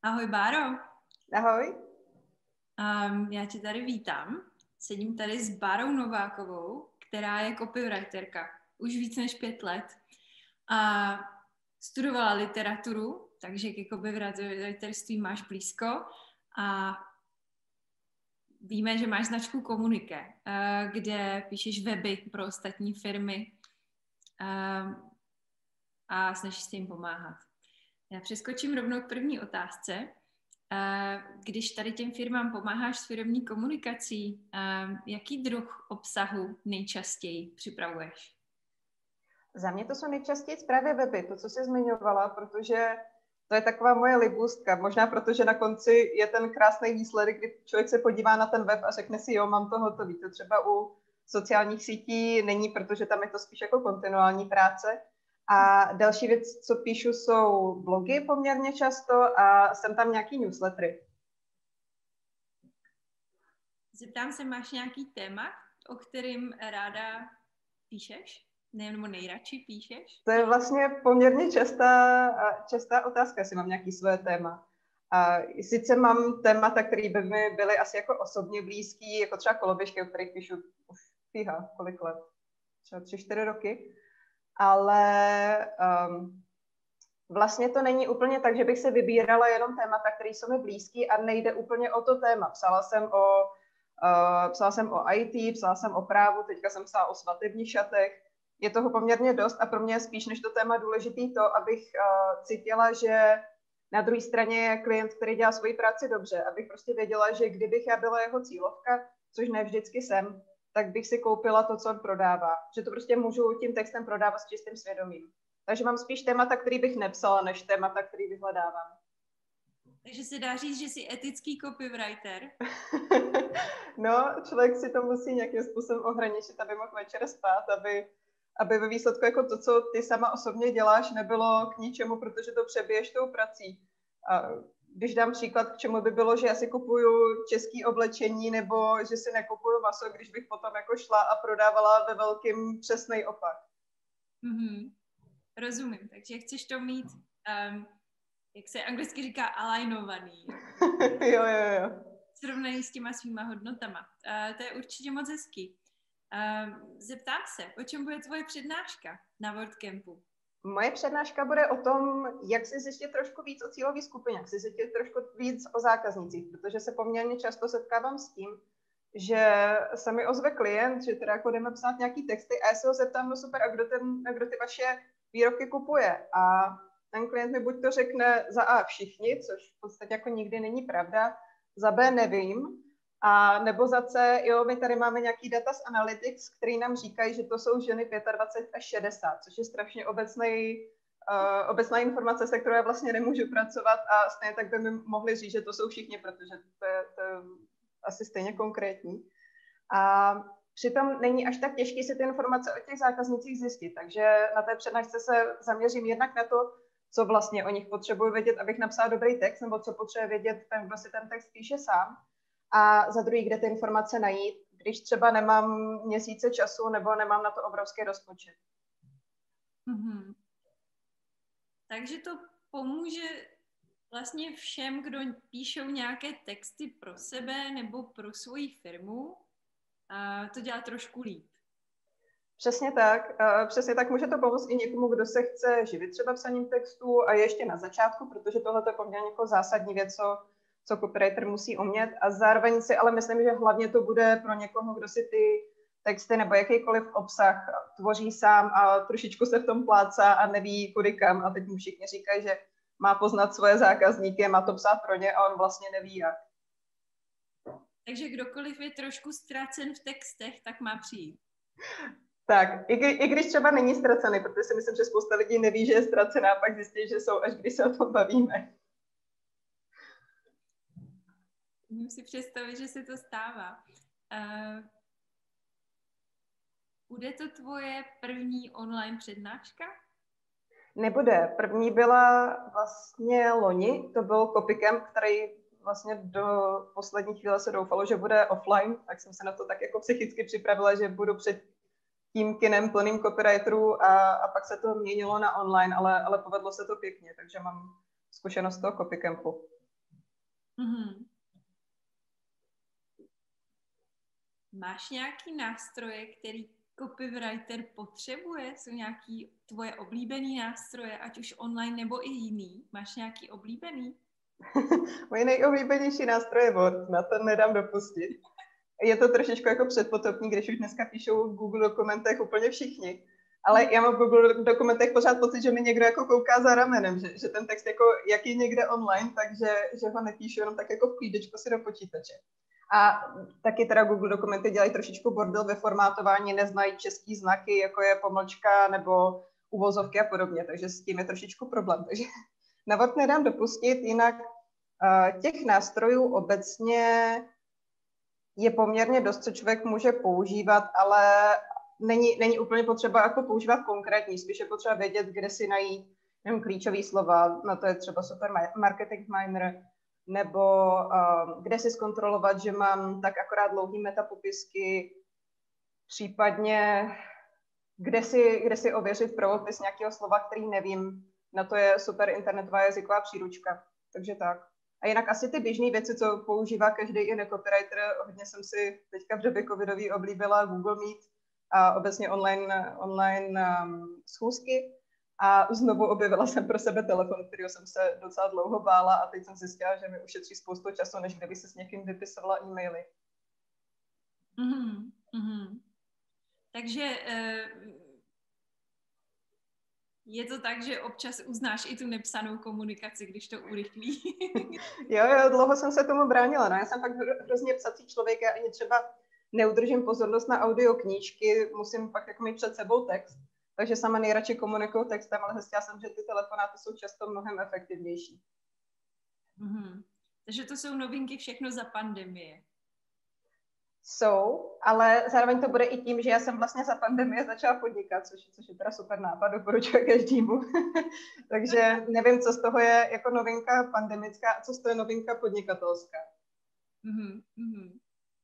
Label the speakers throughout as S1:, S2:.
S1: Ahoj Báro.
S2: Ahoj.
S1: Já tě tady vítám. Sedím tady s Bárou Novákovou, která je copywriterka už víc než 5 let. A studovala literaturu, takže ke copywriterství máš blízko. A víme, že máš značku Komunike, kde píšeš weby pro ostatní firmy a snažíš se jim pomáhat. Já přeskočím rovnou k první otázce. Když tady těm firmám pomáháš s firemní komunikací, jaký druh obsahu nejčastěji připravuješ?
S2: Za mě to jsou nejčastěji právě weby, to, co jsi zmiňovala, protože to je taková moje libůstka. Možná protože na konci je ten krásný výsledek, kdy člověk se podívá na ten web a řekne si, jo, mám to hotový. To třeba u sociálních sítí není, protože tam je to spíš jako kontinuální práce. A další věc, co píšu, jsou blogy poměrně často a jsem tam nějaký newslettery.
S1: Zeptám se, máš nějaký téma, o kterým ráda píšeš? Nebo nejradši píšeš?
S2: To je vlastně poměrně častá otázka, jestli mám nějaký své téma. A sice mám témata, které by mi byly asi jako osobně blízký, jako třeba koloběžky, o kterých píšu už kolik let? Třeba 3-4 roky. Ale vlastně to není úplně tak, že bych se vybírala jenom témata, které jsou mi blízký a nejde úplně o to téma. Psala jsem o IT, psala jsem o právu, teďka jsem psala o svatebních šatech. Je toho poměrně dost a pro mě je spíš než to téma důležitý to, abych cítila, že na druhé straně je klient, který dělá svoji práci dobře, abych prostě věděla, že kdybych já byla jeho cílovka, což ne vždycky jsem, tak bych si koupila to, co on prodává. Že to prostě můžu tím textem prodávat s čistým svědomím. Takže mám spíš témata, který bych nepsala, než témata, který vyhledávám.
S1: Takže se dá říct, že jsi etický copywriter?
S2: No, člověk si to musí nějakým způsobem ohraničit, aby mohl večer spát, aby ve výsledku jako to, co ty sama osobně děláš, nebylo k ničemu, protože to přebiješ tou prací. A když dám příklad, k čemu by bylo, že já si kupuju české oblečení nebo že si nekupuju maso, když bych potom jako šla a prodávala ve velkým přesnej opak.
S1: Mm-hmm. Rozumím, takže chceš to mít, jak se anglicky říká, alignovaný.
S2: Jo.
S1: Srovnaný s těma svýma hodnotama. To je určitě moc hezký. Zeptám se, o čem bude tvoje přednáška na WordCampu?
S2: Moje přednáška bude o tom, jak si zjistit trošku víc o cílové skupině, jak si zjistit trošku víc o zákaznicích, protože se poměrně často setkávám s tím, že se mi ozve klient, že teda jako jdeme psát nějaký texty a já se ho zeptám, no super, a kdo ty vaše výrobky kupuje? A ten klient mi buď to řekne za A všichni, což v podstatě jako nikdy není pravda, za B nevím, a nebo za C, jo, my tady máme nějaký data z Analytics, který nám říkají, že to jsou ženy 25 až 60, což je strašně obecná informace, se kterou já vlastně nemůžu pracovat a stejně tak by mi mohli říct, že to jsou všichni, protože to je asi stejně konkrétní. A přitom není až tak těžké si ty informace o těch zákaznicích zjistit, takže na té přednášce se zaměřím jednak na to, co vlastně o nich potřebuji vědět, abych napsala dobrý text, nebo co potřebuje vědět ten, kdo si ten text píše sám. A za druhý, kde ty informace najít, když třeba nemám měsíce času nebo nemám na to obrovský rozpočet.
S1: Mm-hmm. Takže to pomůže vlastně všem, kdo píšou nějaké texty pro sebe nebo pro svoji firmu, a to dělá trošku líp.
S2: Přesně tak může to pomoct i někomu, kdo se chce živit třeba psaním textu a ještě na začátku, protože tohle je poměrně jako zásadní věc, co copywriter musí umět, a zároveň si ale myslím, že hlavně to bude pro někoho, kdo si ty texty nebo jakýkoliv obsah tvoří sám a trošičku se v tom plácá a neví kudy kam, a teď mu všichni říkají, že má poznat svoje zákazníky, má to psát pro ně a on vlastně neví jak.
S1: Takže kdokoliv je trošku ztracen v textech, tak má přijít.
S2: Tak, i když třeba není ztracený, protože si myslím, že spousta lidí neví, že je ztracená, pak zjistí, že jsou, až když se o tom bavíme.
S1: Můžu si představit, že se to stává. Bude to tvoje první online přednáška?
S2: Nebude. První byla vlastně loni, to byl Copycamp, který vlastně do poslední chvíle se doufalo, že bude offline, tak jsem se na to tak jako psychicky připravila, že budu před tím kinem plným copywriterů a pak se to měnilo na online, ale povedlo se to pěkně, takže mám zkušenost z toho Copycampu.
S1: Mm-hmm. Máš nějaký nástroje, který copywriter potřebuje? Jsou nějaký tvoje oblíbený nástroje, ať už online nebo i jiný? Máš nějaký oblíbený?
S2: Můj nejoblíbenější nástroj je Word, na to nedám dopustit. Je to trošičku jako předpotopní, když už dneska píšou v Google dokumentech úplně všichni. Ale já mám v Google dokumentech pořád pocit, že mi někdo jako kouká za ramenem, že ten text jako jak je někde online, takže že ho nepíšu jenom tak jako v klídečku si do počítače. A taky teda Google dokumenty dělají trošičku bordel ve formátování, neznají český znaky, jako je pomlčka nebo uvozovky a podobně, takže s tím je trošičku problém. Takže na Word nedám dopustit, jinak těch nástrojů obecně je poměrně dost, co člověk může používat, ale není úplně potřeba jako používat konkrétní, spíš je potřeba vědět, kde si najít klíčové slova, na to je třeba super marketing miner, nebo kde si zkontrolovat, že mám tak akorát dlouhý metapopisky, případně kde si ověřit pravopis nějakého slova, který nevím. Na to je super internetová jazyková příručka, takže tak. A jinak asi ty běžné věci, co používá každý i copywriter, hodně jsem si teďka v době covidový oblíbila Google Meet a obecně online schůzky. A znovu objevila jsem pro sebe telefon, kterého jsem se docela dlouho bála a teď jsem zjistila, že mi ušetří spoustu času, než kdyby se s někým vypisovala e-maily.
S1: Mm-hmm. Mm-hmm. Takže je to tak, že občas uznáš i tu nepsanou komunikaci, když to urychlí.
S2: Jo, dlouho jsem se tomu bránila. No. Já jsem fakt hrozně psací člověk, já ani třeba neudržím pozornost na audio knížky, musím pak jako mít před sebou text. Takže sama nejradši komunikuju textem, ale zjistila jsem, že ty telefonáty jsou často mnohem efektivnější.
S1: Mm-hmm. Takže to jsou novinky všechno za pandemie.
S2: Jsou, ale zároveň to bude i tím, že já jsem vlastně za pandemie začala podnikat, což je teda super nápad, doporučuji každému. Takže nevím, co z toho je jako novinka pandemická a co z toho je novinka podnikatelská.
S1: Mm-hmm.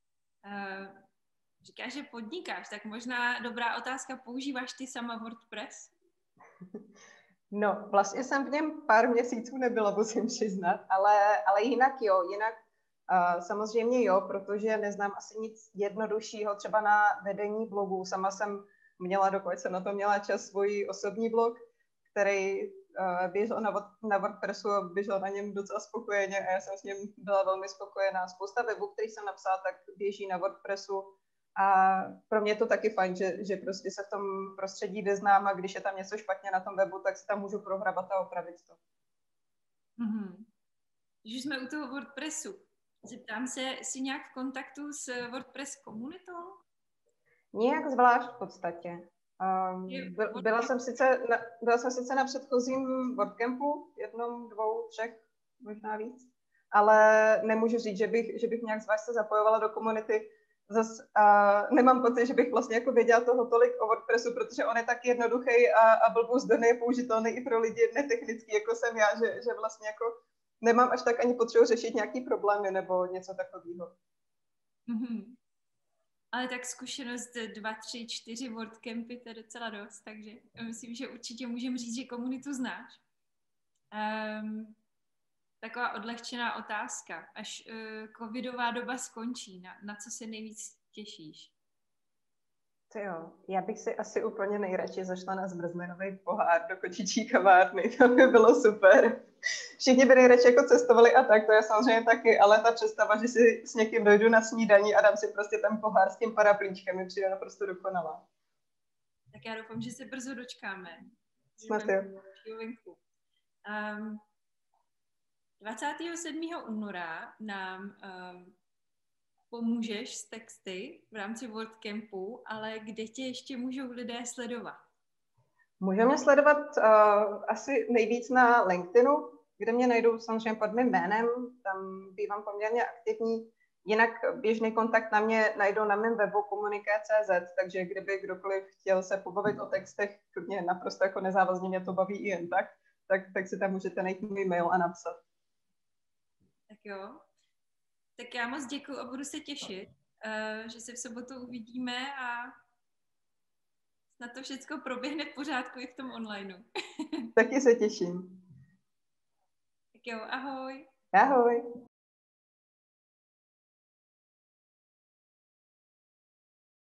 S1: Říkáš, že podnikáš, tak možná dobrá otázka, používáš ty sama WordPress?
S2: No, vlastně jsem v něm pár měsíců nebyla, musím přiznat, ale jinak jo, samozřejmě jo, protože neznám asi nic jednoduššího třeba na vedení blogu. Sama jsem měla, dokud jsem na to měla čas, svůj osobní blog, který běžel na WordPressu a běžel na něm docela spokojeně a já jsem s ním byla velmi spokojená. Spousta webů, který jsem napsala, tak běží na WordPressu a pro mě je to taky fajn, že prostě se v tom prostředí vyznám a když je tam něco špatně na tom webu, tak si tam můžu prohrabat a opravit to.
S1: Mm-hmm. Když jsme u toho WordPressu, zeptám se, jsi nějak v kontaktu s WordPress komunitou?
S2: Nijak zvlášť v podstatě. Byla jsem sice na předchozím WordCampu, jednom, 2, 3, možná víc, ale nemůžu říct, že bych nějak zvlášť se zapojovala do komunity. Nemám pocit, že bych vlastně jako věděla toho tolik o WordPressu, protože on je tak jednoduchý a blbůzdaný, je použitelný i pro lidi netechnický, jako jsem já, že vlastně jako nemám až tak ani potřebu řešit nějaký problémy nebo něco takového.
S1: Mm-hmm. Ale tak zkušenost 2, 3, 4 WordCampy, to je docela dost, takže myslím, že určitě můžeme říct, že komunitu znáš. Taková odlehčená otázka. Až covidová doba skončí, na co se nejvíc těšíš?
S2: Jo, já bych si asi úplně nejradši zašla na zmrzlinový pohár do kočičí kavárny, to by bylo super. Všichni by nejradši jako cestovali a tak, to je samozřejmě taky, ale ta představa, že si s někým dojdu na snídaní a dám si prostě ten pohár s tím paraplíčkem, mi přijde naprosto dokonalá.
S1: Tak já doufám, že se brzo dočkáme.
S2: Snad jo.
S1: 27. února nám pomůžeš s texty v rámci WordCampu, ale kde tě ještě můžou lidé sledovat?
S2: Můžeme sledovat asi nejvíc na LinkedInu, kde mě najdou samozřejmě pod mým jménem, tam bývám poměrně aktivní. Jinak běžný kontakt na mě najdou na mém webu komunikace.cz, takže kdyby kdokoliv chtěl se pobavit o textech, klidně naprosto jako nezávazně mě to baví i jen tak si tam můžete najít můj mail a napsat.
S1: Tak jo. Tak já moc děkuju a budu se těšit, že se v sobotu uvidíme a snad to všechno proběhne v pořádku i v tom onlineu.
S2: Taky se těším.
S1: Tak jo, ahoj.
S2: Ahoj.